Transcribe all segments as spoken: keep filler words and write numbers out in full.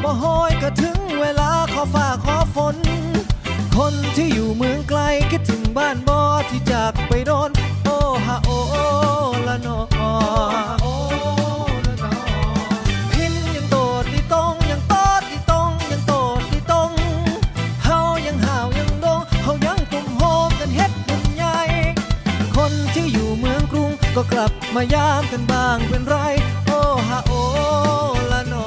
บ่โหยก็ถึงเวลาขอฟ้าขอฝนคนที่อยู่เมืองไกลคิดถึงบ้านบ่ที่จากไปโดนโอ้ฮะโอ้ละนอพินยังโตดที่ตรงยังโตดที่ตรงยังโตดที่ตรงเฮายังห่าวยังดงเฮายังตุ่มโฮมกันเฮ็ดบุญใหญ่คนที่อยู่เมืองกรุงก็กลับมายามกันบ้างเป็นไรโอ้ฮะโอ้ละนอ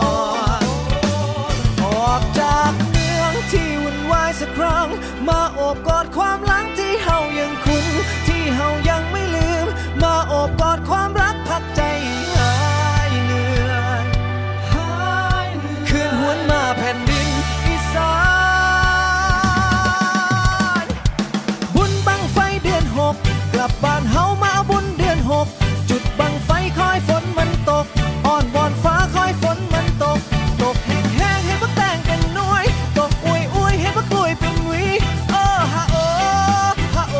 ออกจากเมืองที่วุ่นวายสักครั้งมาโอบกอดความหลังที่เฮายังคุ้นที่เฮายังไม่ลืมมาโอบกอดความรักพักใจหายเหนื่อยคืนหวนมาแผ่นดินอีสานบุญบังไฟเดือนหกกลับบ้านเฮามาบุญเดือนหกจุดบังไฟคอยฝนมันตกอ่อนวอนฟ้าคอยฝนมันตกตกแห้งแห้งให้บักแตงเป็นหน่วยตกอวยอวยให้บักกล้วยเป็นหวีโอ้ฮะโอ้ฮะโอ้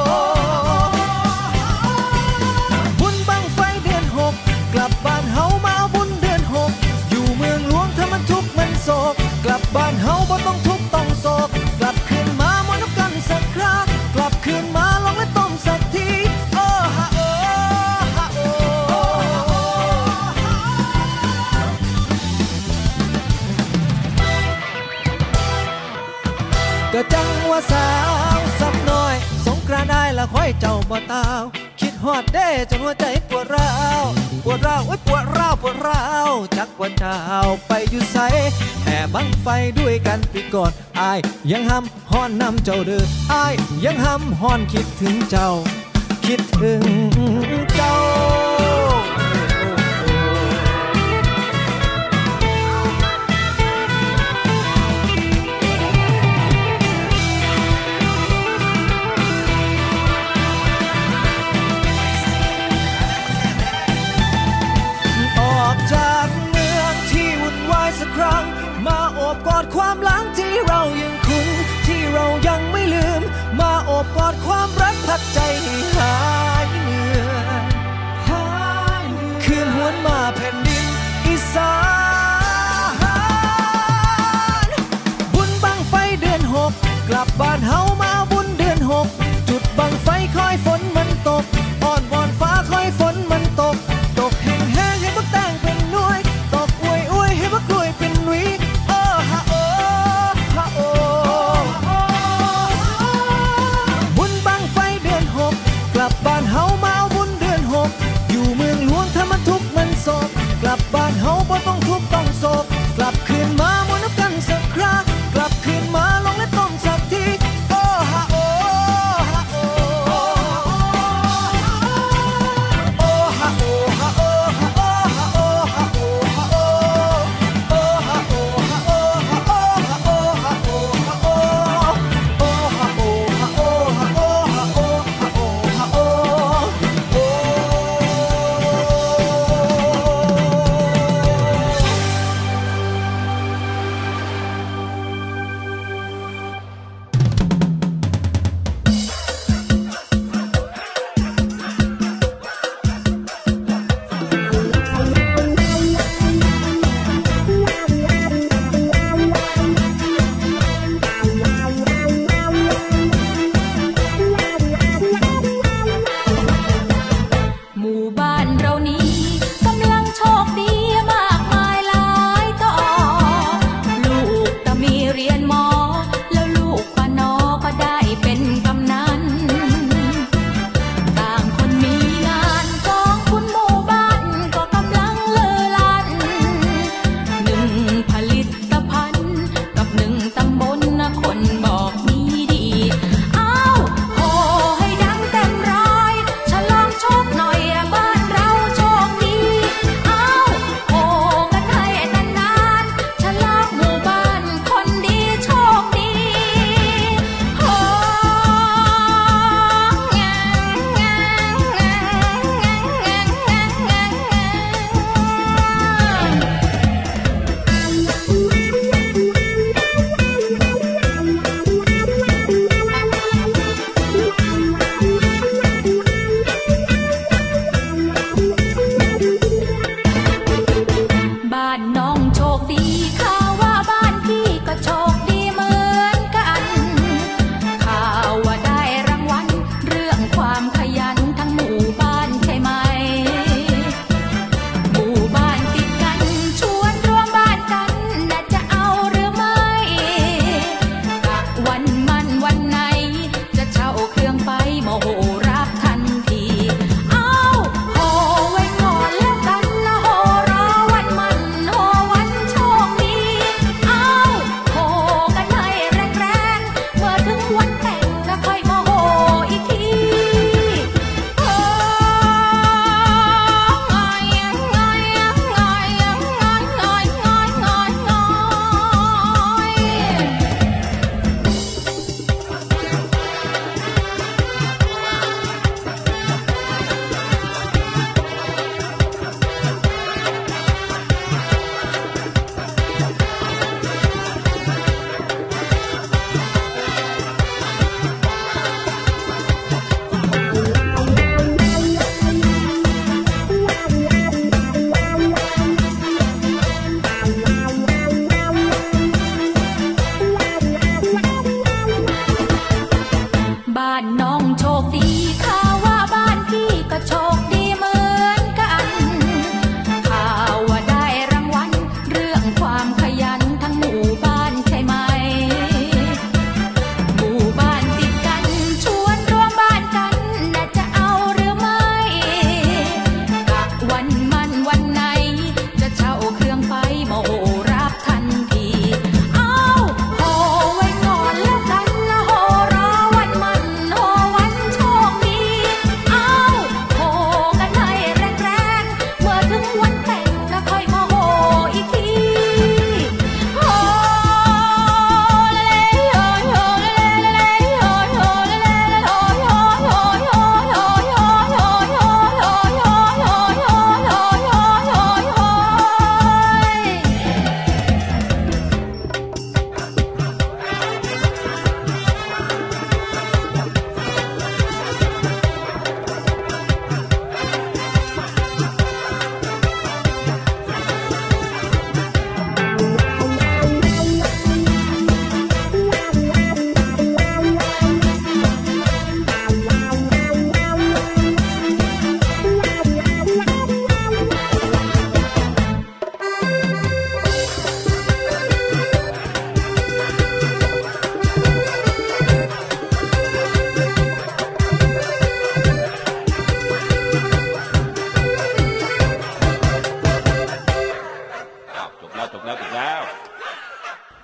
บุญบังไฟเดือนหกกลับบ้านเฮามาบุญเดือนหกอยู่เมืองหลวงถ้ามันทุกข์มันโศกกลับบ้านเฮาบ่ต้องทุกข์ต้องโศกกลับคืนมามานกันสักครั้งกลับคืนมาลองและต้มสักทีโอ้ฮะโอ้ฮะโอ้ก็จังว่าสาวสักหน่อยสงกรานต์ได้ละค่อยเจ้าบ่ตาวคิดฮอดเด้จนหัวใจปวดร้าวปวดร้าวโอ้ยปวดร้าวปวดร้าวจักว่าเจ้าไปอยู่ไสแห่บังไฟด้วยกันปีก่อนอายยังห้ำฮ้อนนำเจ้าเด้ออายยังห้ำฮ้อนคิดถึงเจ้าคิดถึงเจ้าครั้งมาโอบกอดความหลังที่เรายังคุ้นที่เรายังไม่ลืมมาโอบกอดความรักพักใจให้หายเหนื่อยคืนหวนมาแผ่นดินอีสานบุญบังไฟเดือนหกกลับบ้านเฮามาบุญเดือนหกจุดบังไฟคอยฝนมันตกอ่อนวอนฟ้าคอยฝนมันตกตกแห้งแห้งให้บักแตงเป็นหน่วยตกอวยอวยให้บักกล้วยเป็นหวีโอ้ฮะโอ้ฮะโอ้บุญบังไฟเดือนหกกลับบ้านเฮามาบุญเดือนหกอยู่เมืองหลวงถ้ามันทุกข์มันโศกกลับบ้านเฮาบ่ต้องทุกข์ต้องโศกกลับคืนมามวนกันสักครั้งกลับคืนมาลองและต้มสักทีโอ้ฮะโอ้ฮะโอ้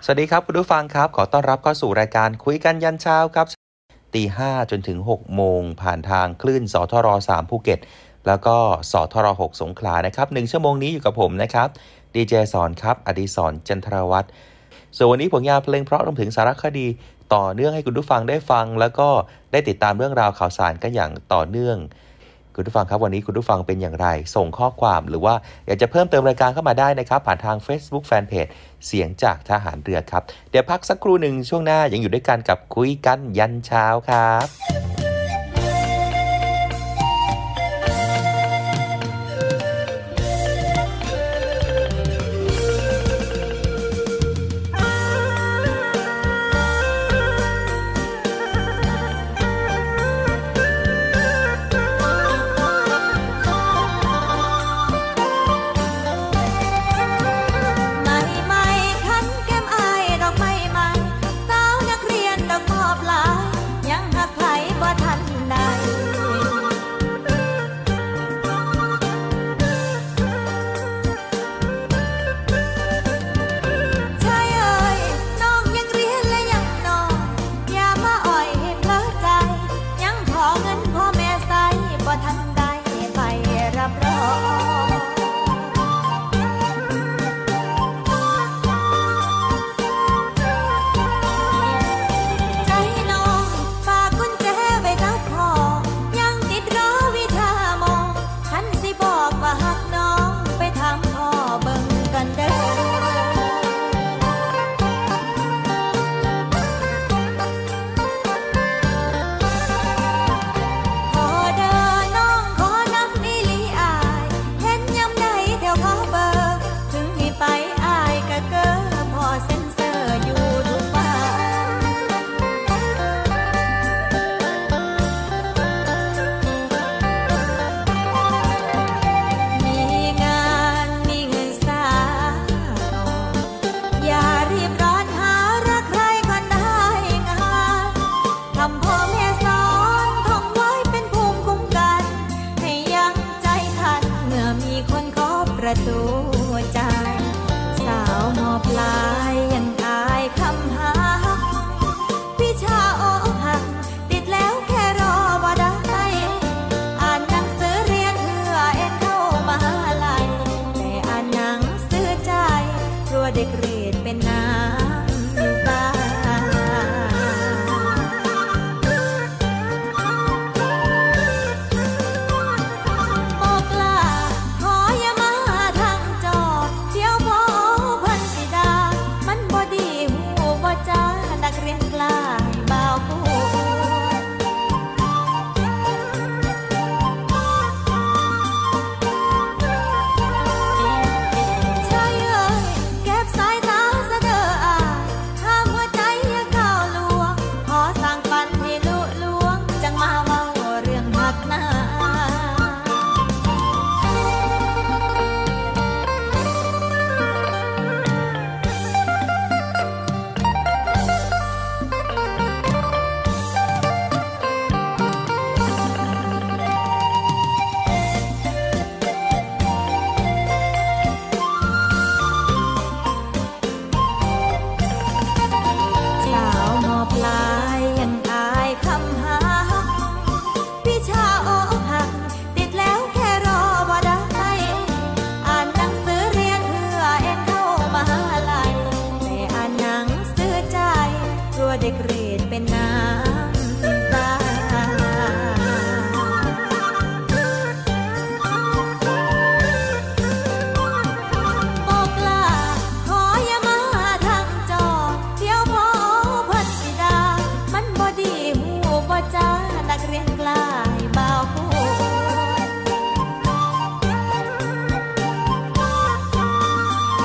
สวัสดีครับคุณผู้ฟังครับขอต้อนรับเข้าสู่รายการคุยกันยันเช้าครับตีห้าจนถึงหกโมงผ่านทางคลื่นสทรสามภูเก็ตแล้วก็สทรหกสงขลานะครับหนึ่งชั่วโมงนี้อยู่กับผมนะครับดีเจสอนครับอดิศรจันทรวัฒน์ส่วนวันนี้ผลงานเพลงเพราะรวมถึงสารคดีต่อเนื่องให้คุณผู้ฟังได้ฟังแล้วก็ได้ติดตามเรื่องราวข่าวสารกันอย่างต่อเนื่องคุณผู้ฟังครับวันนี้คุณผู้ฟังเป็นอย่างไรส่งข้อความหรือว่าอยากจะเพิ่มเติมรายการเข้ามาได้นะครับผ่านทาง Facebook Fanpage เสียงจากทหารเรือครับเดี๋ยวพักสักครู่หนึ่งช่วงหน้ายังอยู่ด้วยกันกับคุยกันยันเช้าครับ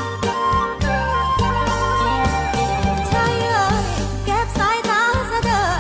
ใช่เอ่ยเก็บสายตาเสดอ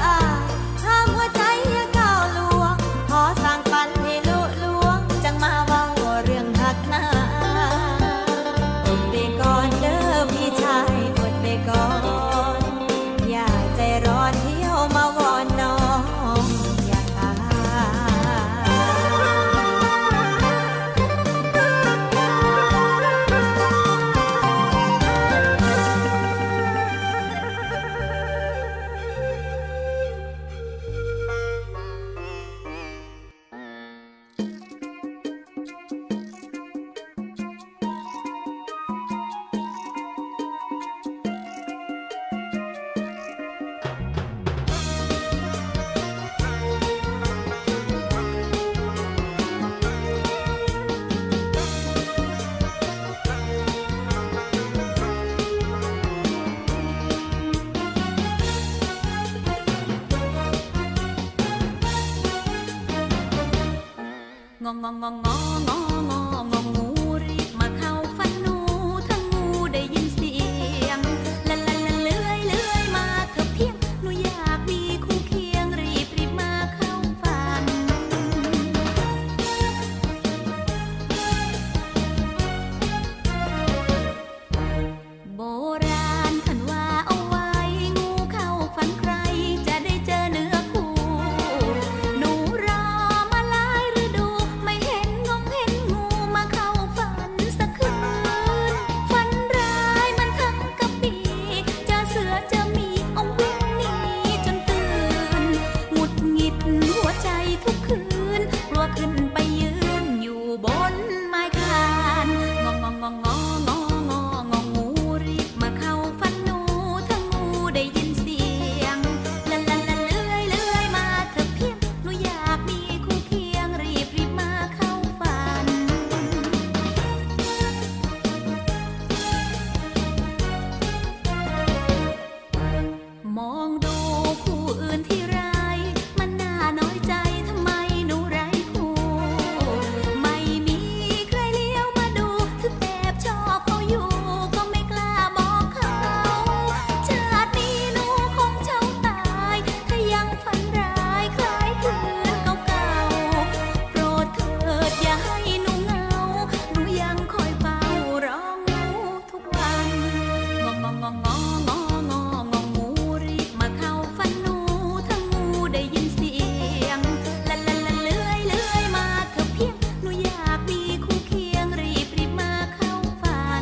งงงงงงงงงงูรีบมาเข้าฝันหนูทั้งงูได้ยินเสียงละละละเลื่อยเลื่อยมาเถอะเพียงหนูอยากมีคู่เคียงรีบรีบมาเข้าฝันโบราณท่านว่าเอาไว้งูเข้าฝันใครจะได้เจอเนื้อคู่หนูรอมาหลายฤดูไม่เห็นงงเห็นงูมาเข้าฝันสักคืนฝันร้ายมันทั้งกะปีเจอเสือเจอหมีเอาวิ่งหนีจนตื่นหงุดหงิดหัวใจทุกคืนกลัวขึ้นไปยืนอยู่บนไม้คานงงงงงงงงงงูรีบมาเข้าฝันหนูทั้งงูได้ยินเสียงละละละเลื่อยเลื่อยมาเถอะเพียงหนูอยากมีคู่เคียงรีบรีบมาเข้าฝันมองดูคู่อื่นที่ไรมันน่าน้อยใจทำไมหนูไร้คู่ไม่มีใครเลี้ยวมาดูถึงแอบชอบเขาอยู่ก็ไม่กล้าบอกเขาชาตินี้หนูคงเจ้าตายถ้ายังฝันร้ายคล้ายคืนเก่าๆโปรดเถิดอย่าให้หนูเหงาหนูยังคอยเฝ้ารองูทุกวันงงงงงงงงงูรีบมาเข้าฝันหนูทั้งงูได้ยินเสียงละละละเลื่อยเลื่อยมาเถอะเพียงหนูอยากมีคู่เคียงรีบรีบมาเข้าฝัน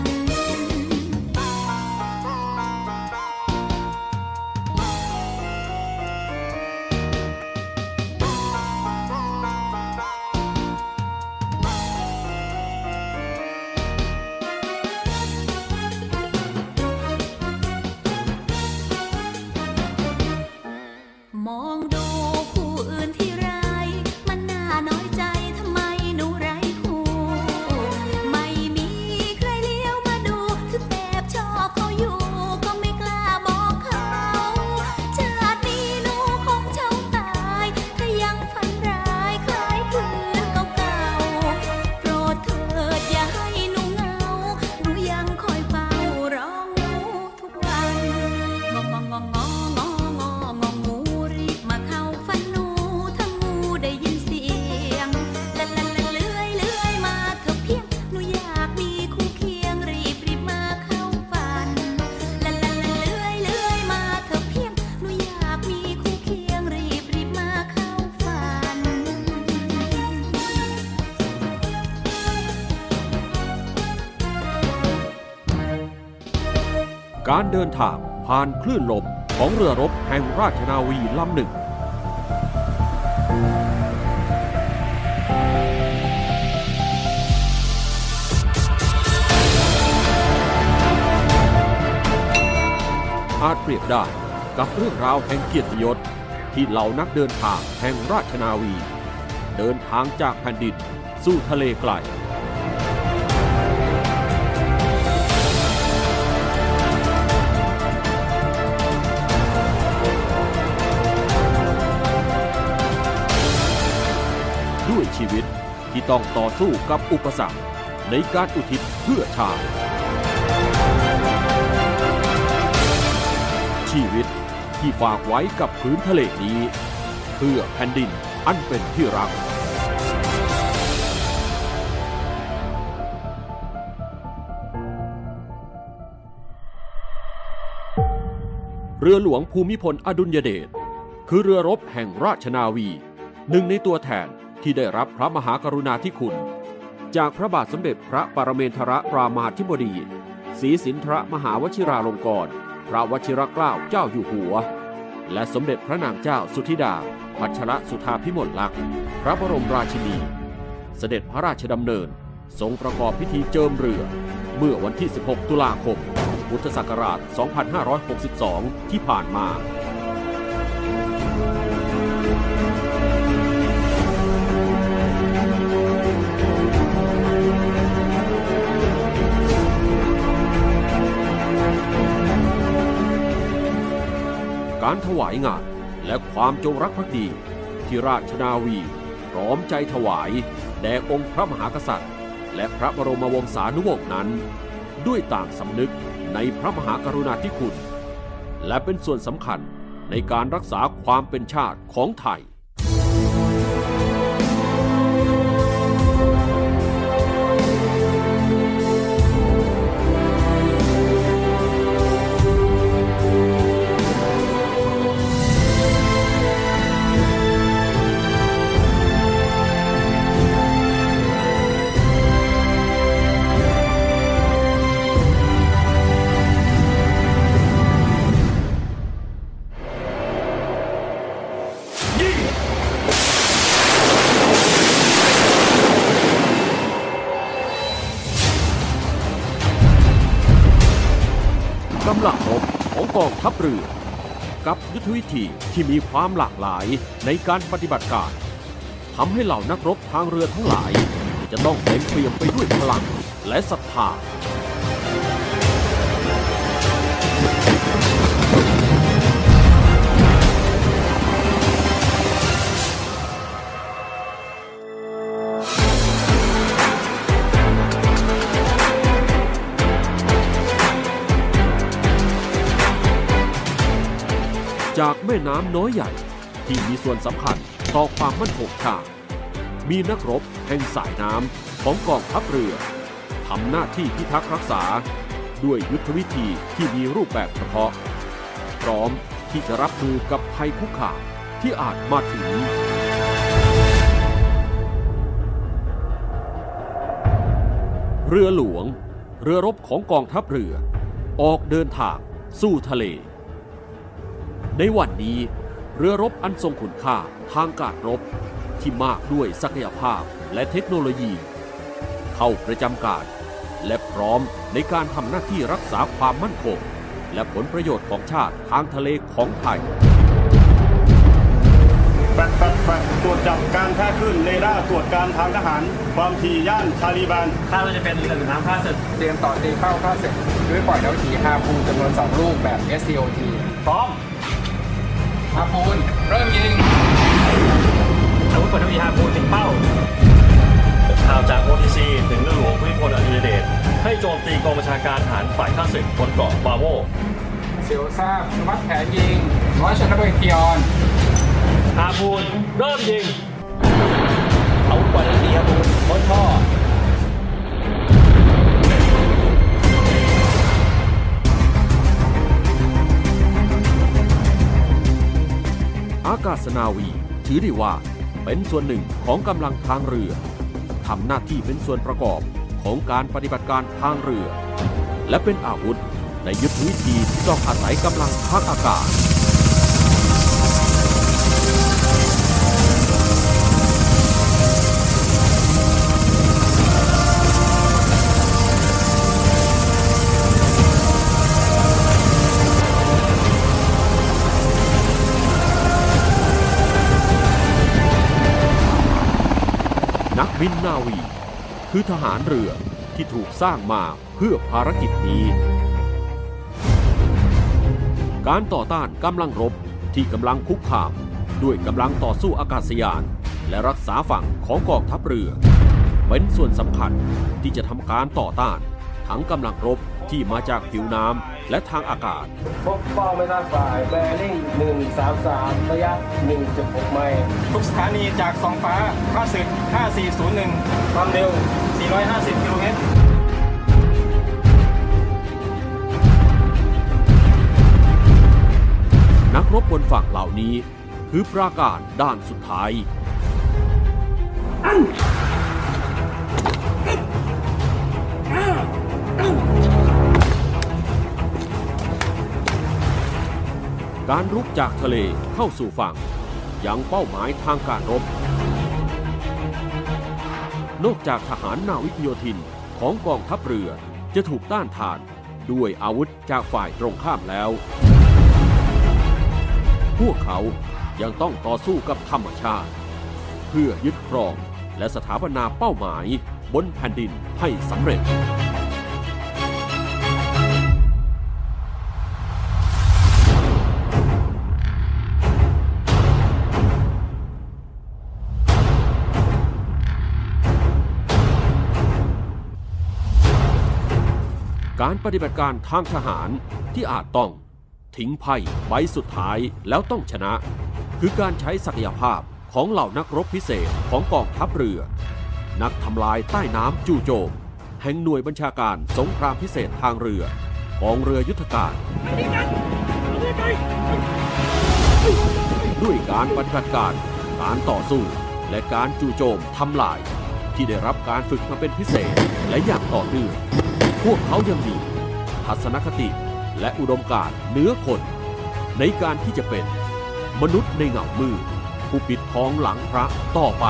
มองดูคู่อื่นที่ไรมันน่าน้อยใจทำไมหนูไร้คู่ไม่มีใครเลี้ยวมาดูถึงแอบชอบเขาอยู่ก็ไม่กล้าบอกเขาชาตินี้หนูคงเจ้าตายถ้ายังฝันร้ายคล้ายคืนเก่าๆโปรดเถิดอย่าให้หนูเหงาหนูยังคอยเฝ้ารองูทุกวันงงงงงงงงงูรีบมาเข้าฝันหนูทั้งงูได้ยินเสียงละละละเลื่อยเลื่อยมาเถอะเพียงหนูอยากมีคู่เคียงรีบรีบมาเข้าฝันละละละเลื่อยเลื่อยมาเถอะเพียงหนูอยากมีคู่เคียงรีบรีบมาเข้าฝันการเดินทางผ่านคลื่นลมของเรือรบแห่งราชนาวีลำหนึ่งอาจเปรียบได้กับเรื่องราวแห่งเกียรติยศที่เหล่านักเดินทางแห่งราชนาวีเดินทางจากแผ่นดินสู่ทะเลไกลด้วยชีวิตที่ต้องต่อสู้กับอุปสรรคในการอุทิศเพื่อชาติชีวิตที่ฝากไว้กับพื้นทะเลนี้เพื่อแผ่นดินอันเป็นที่รักเรือหลวงภูมิพลอดุลยเดชคือเรือรบแห่งราชนาวีหนึ่งในตัวแทนที่ได้รับพระมหากรุณาธิคุณจากพระบาทสมเด็จพระปรเมนทรรามาธิบดีศรีสินธรมหาวชิราลงกรณ์พระวชิรเกล้าเจ้าอยู่หัวและสมเด็จพระนางเจ้าสุธิดาพัชรสุธาภิมลลักษณ์พระบรมราชินีเสด็จพระราชดำเนินทรงประกอบพิธีเจิมเรือเมื่อวันที่สิบหกตุลาคมพุทธศักราชสองพันห้าร้อยหกสิบสองที่ผ่านมาการถวายงานและความจงรักภักดีที่ราชนาวีพร้อมใจถวายแด่องค์พระมหากษัตริย์และพระบรมวงศานุวงศ์นั้นด้วยต่างสำนึกในพระมหากรุณาธิคุณและเป็นส่วนสำคัญในการรักษาความเป็นชาติของไทยกำลังรบของกองทัพเรือกับยุทธวิธีที่มีความหลากหลายในการปฏิบัติการทำให้เหล่านักรบทางเรือทั้งหลายจะต้องเต็มเปี่ยมไปด้วยพลังและศรัทธาจากแม่น้ำน้อยใหญ่ที่มีส่วนสำคัญต่อความมั่นคงชาติมีนักรบแห่งสายน้ำของกองทัพเรือทำหน้าที่พิทักษ์รักษาด้วยยุทธวิธีที่มีรูปแบบเฉพาะพร้อมที่จะรับมือกับภัยคุกคามที่อาจมาถึงเรือหลวงเรือรบของกองทัพเรือออกเดินทางสู่ทะเลในวันนี้เรือรบอันทรงคุณค่าทางการรบที่มากด้วยศักยภาพและเทคโนโลยีเข้าประจำการและพร้อมในการทำหน้าที่รักษาความมั่นคงและผลประโยชน์ของชาติทางทะเลของไทยแฟกแฟกแฟกตรวจจับการแพร่คลื่นเรดาร์ตรวจการทางทหารความถี่ย่านชาลีบันคาดว่าจะเป็นเรือน้ำข้าศึกเตรียมต่อตีเข้าข้าศึกด้วยปล่อยดาวถีฮาพูจำนวนสองลูกแบบ เอส ที โอ ทีพร้อมฮาพูนเริ่มยิงอาวุธปืนดาวถีฮาพูนถึงเป้าข่าวจาก โอ ที ซี ถึงเรือหลวงภูมิพลอดุลยเดชให้โจมตีกองบัญชาการทหารฝ่ายข้าศึกบนเกาะบาโวเสียวทราบสมัครแผนยิงร้อยชนะเบคิออนฮาพูนเริ่มยิงอาวุธปืนดาวถีฮาพูนบนท่ออากาศนาวีถือได้ว่าเป็นส่วนหนึ่งของกำลังทางเรือทำหน้าที่เป็นส่วนประกอบของการปฏิบัติการทางเรือและเป็นอาวุธในยุทธวิธีที่ต้องอาศัยกำลังทางอากาศนักบินนาวีคือทหารเรือที่ถูกสร้างมาเพื่อภารกิจนี้การต่อต้านกำลังรบที่กำลังคุกคามด้วยกำลังต่อสู้อากาศยานและรักษาฝั่งของกองทัพเรือเป็นส่วนสำคัญที่จะทำการต่อต้านทั้งกำลังรบที่มาจากผิวน้ำและทางอากาศพบเป้าไม่ทราบฝ่ายแบริ่งหนึ่งสามสามระยะ หนึ่งจุดหก ไมล์ทุกสถานีจากสองฟ้าข้าศึกห้าสี่ศูนย์หนึ่งความเร็วสี่ร้อยห้าสิบกิโลเมตรนักรบบนฝั่งเหล่านี้คือปราการด้านสุดท้ายการรุกจากทะเลเข้าสู่ฝั่งยังเป้าหมายทางการรบนอกจากทหารนาวิกโยธินของกองทัพเรือจะถูกต้านทานด้วยอาวุธจากฝ่ายตรงข้ามแล้วพวกเขายังต้องต่อสู้กับธรรมชาติเพื่อยึดครองและสถาปนาเป้าหมายบนแผ่นดินให้สำเร็จการปฏิบัติการทางทหารที่อาจต้องทิ้งไพ่ใบสุดท้ายแล้วต้องชนะคือการใช้ศักยภาพของเหล่านักรบพิเศษของกองทัพเรือนักทำลายใต้น้ำจู่โจมแห่งหน่วยบัญชาการสงครามพิเศษทางเรือกองเรือยุทธการด้วยการปฏิบัติการการต่อสู้และการจู่โจมทำลายที่ได้รับการฝึกมาเป็นพิเศษและอย่างต่อเนื่องพวกเขายังมีทัศนคติและอุดมการณ์เหนือคนในการที่จะเป็นมนุษย์ในเงามืดผู้ปิดทองหลังพระต่อไป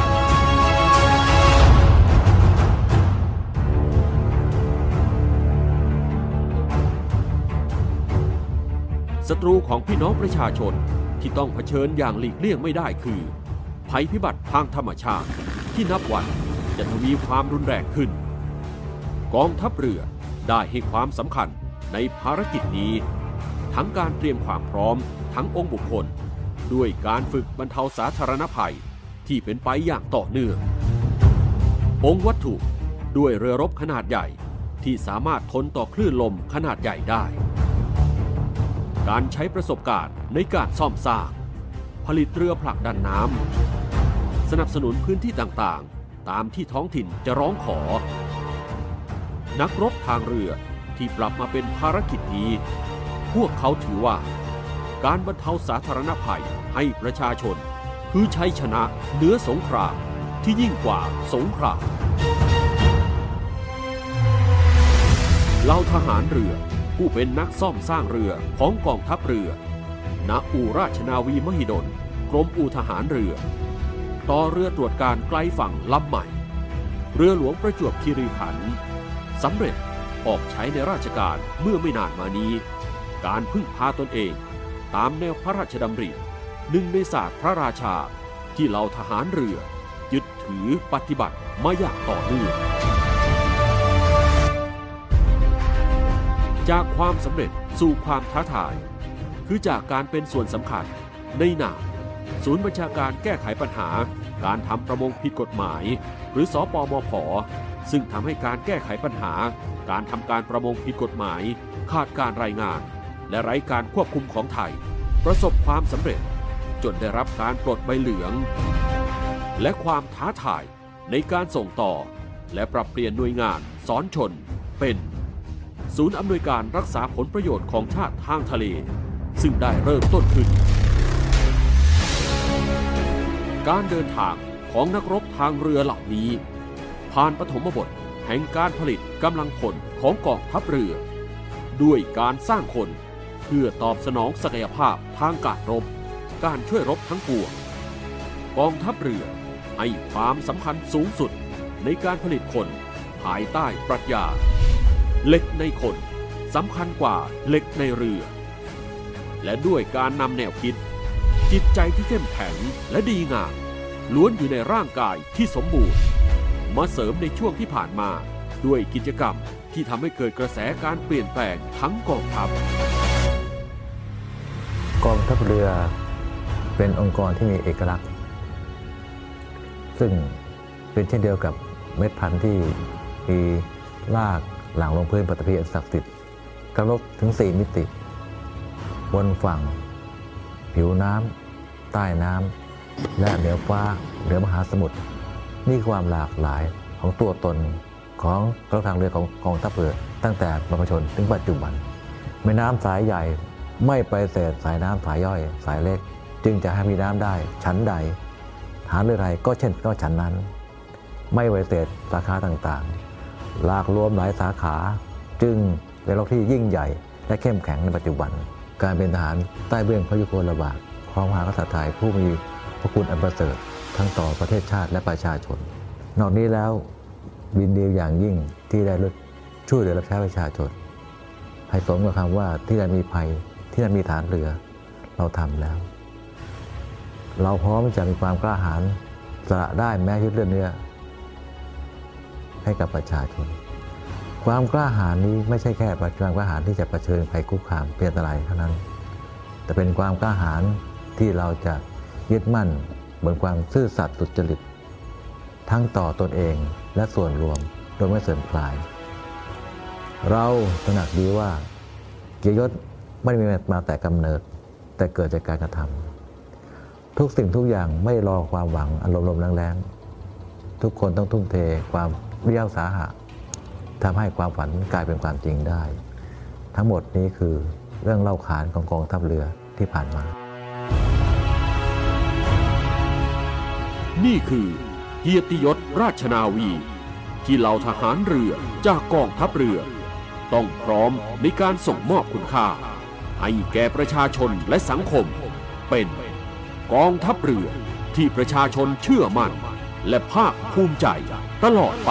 ศัตรูของพี่น้องประชาชนที่ต้องเผชิญอย่างหลีกเลี่ยงไม่ได้คือภัยพิบัติทางธรรมชาติที่นับวันจะทวีความรุนแรงขึ้นกองทัพเรือได้ให้ความสำคัญในภารกิจนี้ทั้งการเตรียมความพร้อมทั้งองค์บุคคลด้วยการฝึกบรรเทาสาธารณภัยที่เป็นไปอย่างต่อเนื่ององค์วัตถุด้วยเรือรบขนาดใหญ่ที่สามารถทนต่อคลื่นลมขนาดใหญ่ได้การใช้ประสบการณ์ในการซ่อมสร้างผลิตเรือผลักดันน้ำสนับสนุนพื้นที่ต่างๆตามที่ท้องถิ่นจะร้องขอนักรบทางเรือที่ปรับมาเป็นภารกิจนี้พวกเขาถือว่าการบรรเทาสาธารณภัยให้ประชาชนคือชัยชนะเหนือสงครามที่ยิ่งกว่าสงครามเหล่าทหารเรือผู้เป็นนักซ่อมสร้างเรือของกองทัพเรือณอู่ราชนาวีมหิดลกรมอู่ทหารเรือต่อเรือตรวจการไกลฝั่งลำใหม่เรือหลวงประจวบคีรีขันธ์สำเร็จออกใช้ในราชการเมื่อไม่นานมานี้การพึ่งพาตนเองตามแนวพระราชดำริหนึ่งในศาสตร์พระราชาที่เหล่าทหารเรือยึดถือปฏิบัติมาอย่างต่อเนื่องจากความสำเร็จสู่ความท้าทายคือจากการเป็นส่วนสำคัญในนามศูนย์บัญชาการแก้ไขปัญหาการทำประมงผิดกฎหมายหรือสปมผ.ซึ่งทำให้การแก้ไขปัญหาการทำการประมงผิดกฎหมายขาดการรายงานและไร้การควบคุมของไทยประสบความสำเร็จจนได้รับการปลดใบเหลืองและความท้าทายในการส่งต่อและปรับเปลี่ยนหน่วยงานซ้อนชนเป็นศูนย์อำนวยการรักษาผลประโยชน์ของชาติทางทะเลซึ่งได้เริ่มต้นขึ้นการเดินทางของนักรบทางเรือเหล่านี้ผ่านปฐมบทแห่งการผลิตกำลังพลของกองทัพเรือด้วยการสร้างคนเพื่อตอบสนองศักยภาพทางการรบการช่วยรบทั้งปวงกองทัพเรือให้ความสำคัญสูงสุดในการผลิตคนภายใต้ปรัชญาเหล็กในคนสำคัญกว่าเหล็กในเรือและด้วยการนำแนวคิดจิตใจที่เข้มแข็งและดีงามล้วนอยู่ในร่างกายที่สมบูรณ์มาเสริมในช่วงที่ผ่านมาด้วยกิจกรรมที่ทำให้เกิดกระแสการเปลี่ยนแปลงทั้งกองทัพกองทัพเรือเป็นองค์กรที่มีเอกลักษณ์ซึ่งเป็นเช่นเดียวกับเม็ดพันธุ์ที่มีรากหลังลงพื้นปฐพีอันศักดิ์สิทธิ์กระทบถึงสี่มิติบนฝั่งผิวน้ำใต้น้ำและเหนือฟ้าเหนือมหาสมุทรนี่ความหลากหลายของตัวตนของกองทางเรือของกองทัพเรือตั้งแต่บรรพชนถึงปัจจุบันแม่น้ำสายใหญ่ไม่ไปเศษสายน้ำสายย่อยสายเล็กจึงจะให้มีน้ำได้ชั้นใดฐานเรือใดก็เช่นก็ชั้นนั้นไม่ไปเศษสาขาต่างๆลากรวมหลายสาขาจึงเป็นโลกที่ยิ่งใหญ่และเข้มแข็งในปัจจุบันการเป็นทหารใต้เบื้องพระยุคลบาทของมหากษัตริย์ไทยผู้มีพระคุณอันประเสริฐทั้งต่อประเทศชาติและประชาชนนอกนี้แล้วบินดีอย่างยิ่งที่ได้ช่วยเหลือรับใช้ประชาชนให้สมกับคำว่าที่ใดมีภัยที่นั่นมีฐานเรือเราทำแล้วเราพร้อมจะมีความกล้าหาญสละได้แม้ชีวิตเลือดเนื้อให้กับประชาชนความกล้าหาญนี้ไม่ใช่แค่ความกล้าหาญที่จะเผชิญภัยคุกคามเป็นอันตรายเท่านั้นแต่เป็นความกล้าหาญที่เราจะยึดมั่นบนความซื่อสัตย์สุจริตทั้งต่อตนเองและส่วนรวมโดยไม่เสื่อมคลายเราตระหนักดีว่าเกียรติยศไม่ได้มีมาแต่กำเนิดแต่เกิดจากการกระทำทุกสิ่งทุกอย่างไม่รอความหวังอารมณ์ลมแรงๆทุกคนต้องทุ่มเทความเรียวสาหะทำให้ความฝันกลายเป็นความจริงได้ทั้งหมดนี้คือเรื่องเล่าขานของกองทัพเรือที่ผ่านมานี่คือเกียรติยศราชนาวีที่เหล่าทหารเรือจากกองทัพเรือต้องพร้อมในการส่งมอบคุณค่าให้แก่ประชาชนและสังคมเป็นกองทัพเรือที่ประชาชนเชื่อมั่นและภาคภูมิใจตลอดไป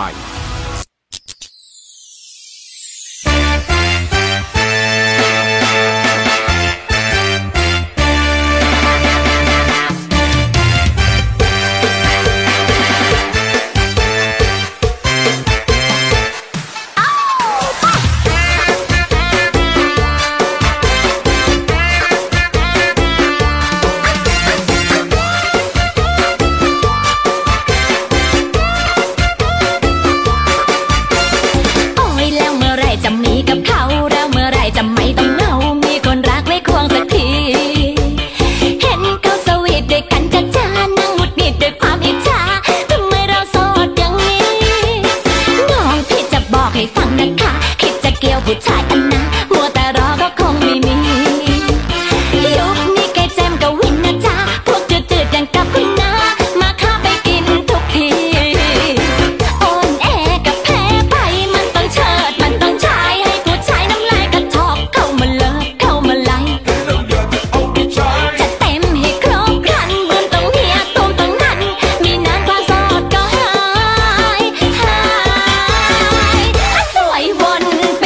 ผู้ชายอันนะมัวแต่รอก็คงไม่มียุคนี้แกแจมกับวินนะจ๊ะพวกจืดๆอย่างกับคุณนะมาข้าไปกินทุกทีอ่อนแอกับแพ้ไปมันต้องเชิดมันต้องใช้ให้ผู้ชายน้ำลายกระทอกเข้ามาเลิกเข้ามาไล่จะเต็มให้ครบครันบนตรงเฮียตรงตรงนั้นมีนานกว่าโสดก็หายหายสวยวนไป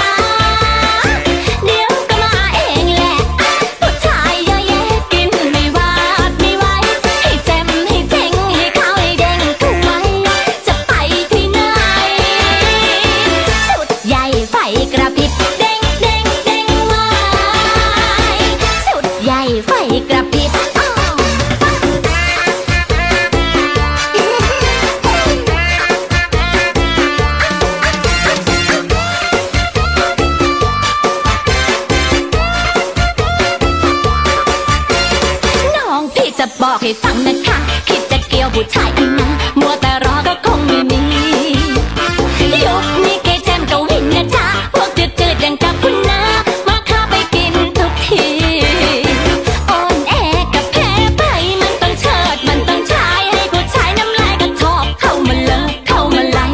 บอกให้ฟังนะคะคิดจะเกี่ยวผู้ชายอันนั้นมัวแต่รอก็คงไม่มียุคนี้แกแจมกับวินนะจ๊ะพวกจืดๆอย่างกับคุณนะมาข้าไปกินทุกทีอ่อนแอกับแพ้ไปมันต้องเชิดมันต้องใช้ให้ผู้ชายน้ำลายกระทอกเข้ามาเลิกเข้ามาไล่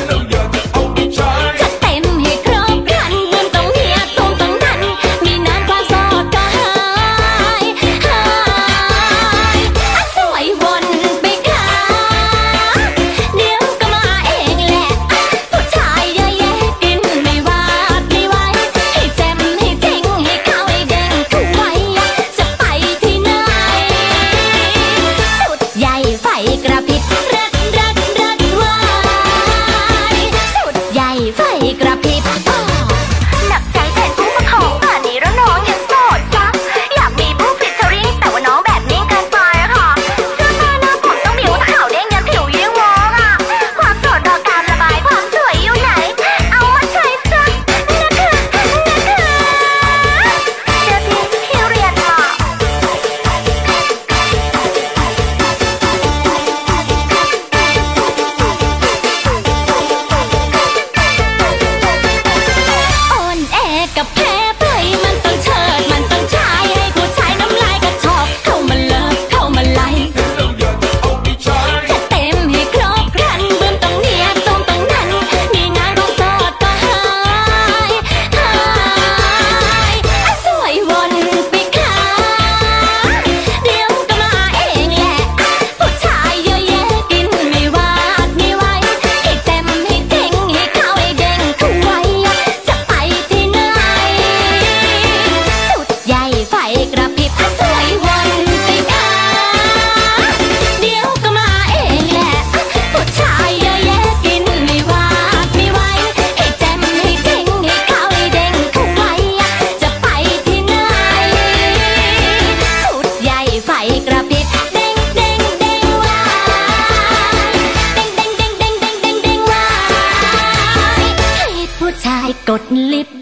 จะเต็มให้ครบครันบนตรงเฮียตรงตรงนั้นมีนานกว่าโสดก็หายหายสวยวนไปค่ะเดี๋ยวก็มาเองแหละผู้ชายเยอะแยะกินไม่วาดไม่ไหวให้แจมให้เจ๋งให้เข้าให้เด้งเข้าไว้จะไปที่ไหนสุดใหญ่ไฟกระพริบรัดรัดรัดไว้สุดใหญ่ไฟกระพริบหนักใจแทนผู้ปกครองป่านนี้แล้วน้องยังโสดจ้ะอยากมีผู้ฟิชเชอริ่งแต่ว่าน้องแบบนิ่งเกินไปอะค่ะเสื้อผ้าหน้าผมต้องบิ้วขาวเด้งยันผิวยิ่งวอกอะความโสดรอการระบายความสวยอยู่ไหนเอามาใช้ซะนะคะนะคะเดี๋ยวพี่พี่เรียนมาอ่อนแอกับแพ้ไปมันต้องเชิดมันต้องใช้ให้ผู้ชายน้ำลายกระทอกเข้ามาเลิกเข้ามาไล่จะเต็มให้ครบครันบนตรงเนี้ยตรงตรงนั้นมีงานของโสดก็หายหายสวยวนไปค่ะเดี๋ยวก็มาเองแหละผู้ชายเยอะแยะกินไม่วาดไม่ไหวให้แจมให้เจ๋งให้เข้าให้เด้งเข้าไว้จะไปที่ไหนสุดใหญ่ไฟกระพริบสวยวนไปค่ะเดี๋ยวก็มาเองแหละผู้ชายเยอะแยะกินไม่วาดไม่ไหวให้แจมให้เจ๋งให้เข้าให้เด้งเข้าไว้จะไปที่ไหนสุดใหญ่ไฟกระพริบเด้งเด้งเด้งว้ายเด้งเด้งเด้งเด้งเด้งเด้งเด้งว้ายให้ผู้ชายกดดลิบ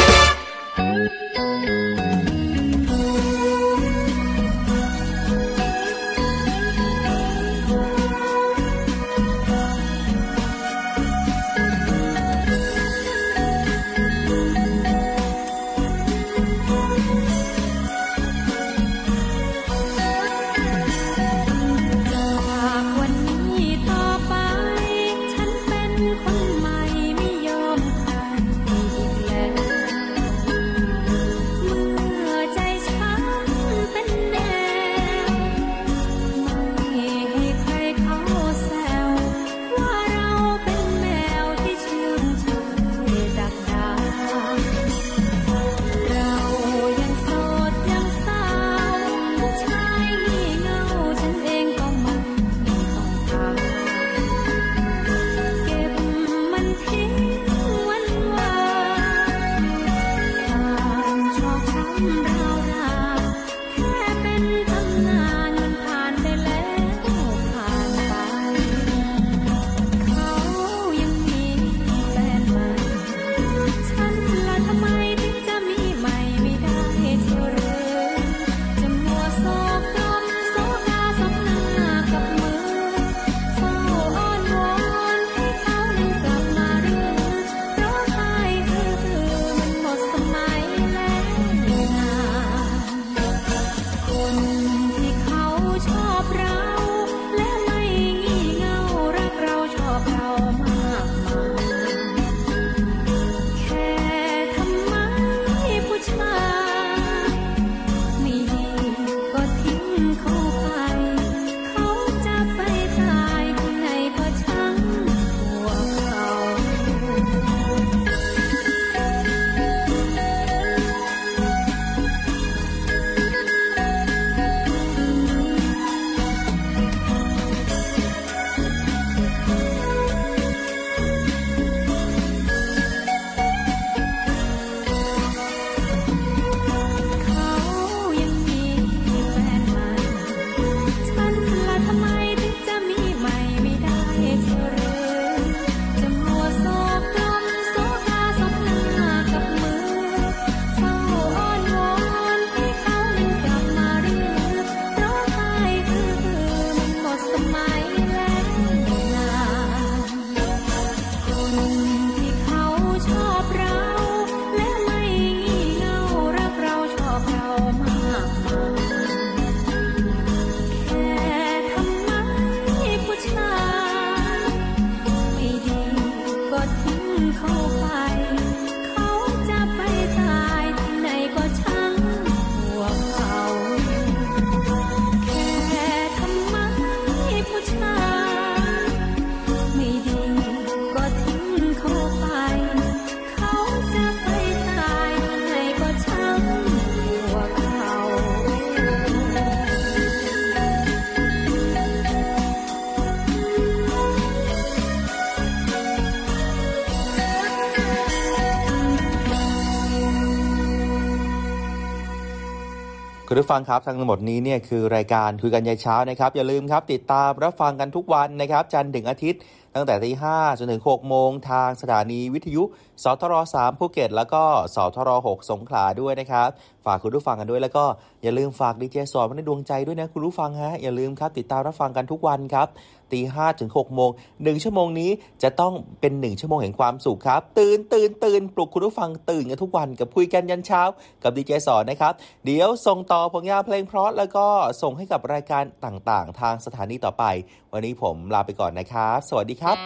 คุณผู้ฟังครับทั้งหมดนี้เนี่ยคือรายการคุยกันยายเช้านะครับอย่าลืมครับติดตามรับฟังกันทุกวันนะครับจันทร์ถึงอาทิตย์ตั้งแต่ตีห้าจนถึงหกโมงทางสถานีวิทยุสทรสามภูเก็ตแล้วก็สทรหกสงขลาด้วยนะครับฝากคุณผู้ฟังกันด้วยแล้วก็อย่าลืมฝากดีเจสอนไว้ในดวงใจด้วยนะคุณผู้ฟังฮะอย่าลืมครับติดตามรับฟังกันทุกวันครับตีห้าถึงหกโมงหนึ่งชั่วโมงนี้จะต้องเป็นหนึ่งชั่วโมงแห่งความสุขครับตื่นตื่นตื่นปลุกคุณผู้ฟังตื่นกันทุกวันกับคุยกันยันเช้ากับดีเจสอนนะครับเดี๋ยวส่งต่อผลงานเพลงเพราะแล้วก็ส่งให้กับรายการต่างๆทางสถานีต่อไปวันนี้ผมลาไปก่อนนะครับสวัสดีครับ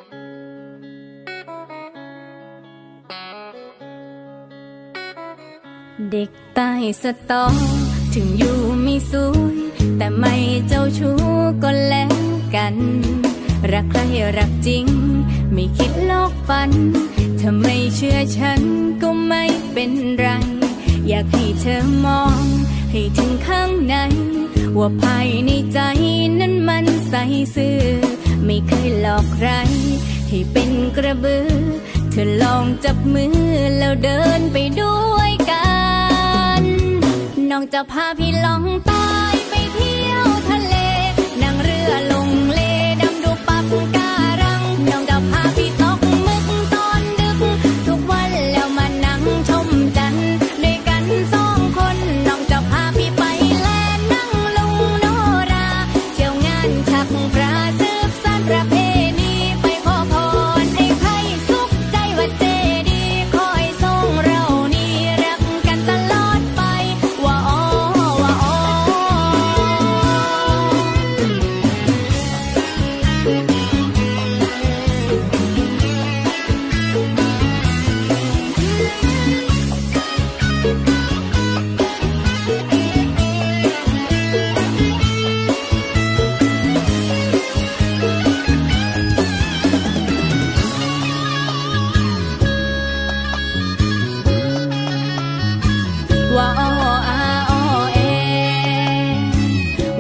เด็กใต้สตอถึงอยู่ไม่สวยแต่ไม่เจ้าชู้ก็แล้วกันรักใครรักจริงไม่คิดลอกฝันถ้าไม่เชื่อฉันก็ไม่เป็นไรอยากให้เธอมองให้ถึงข้างในว่าภายในใจนั้นมันใสซื่อไม่เคยหลอกใครให้เป็นกระบือเธอลองจับมือแล้วเดินไปด้วยกันน้องจะพาพี่ล่องใต้ไปเที่ยวทะเลนั่งเรือลงเลดำดูปักการังน้องจะพาพี่ตกหมึกตอนดึกทุกวันแล้ว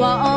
ว่าอ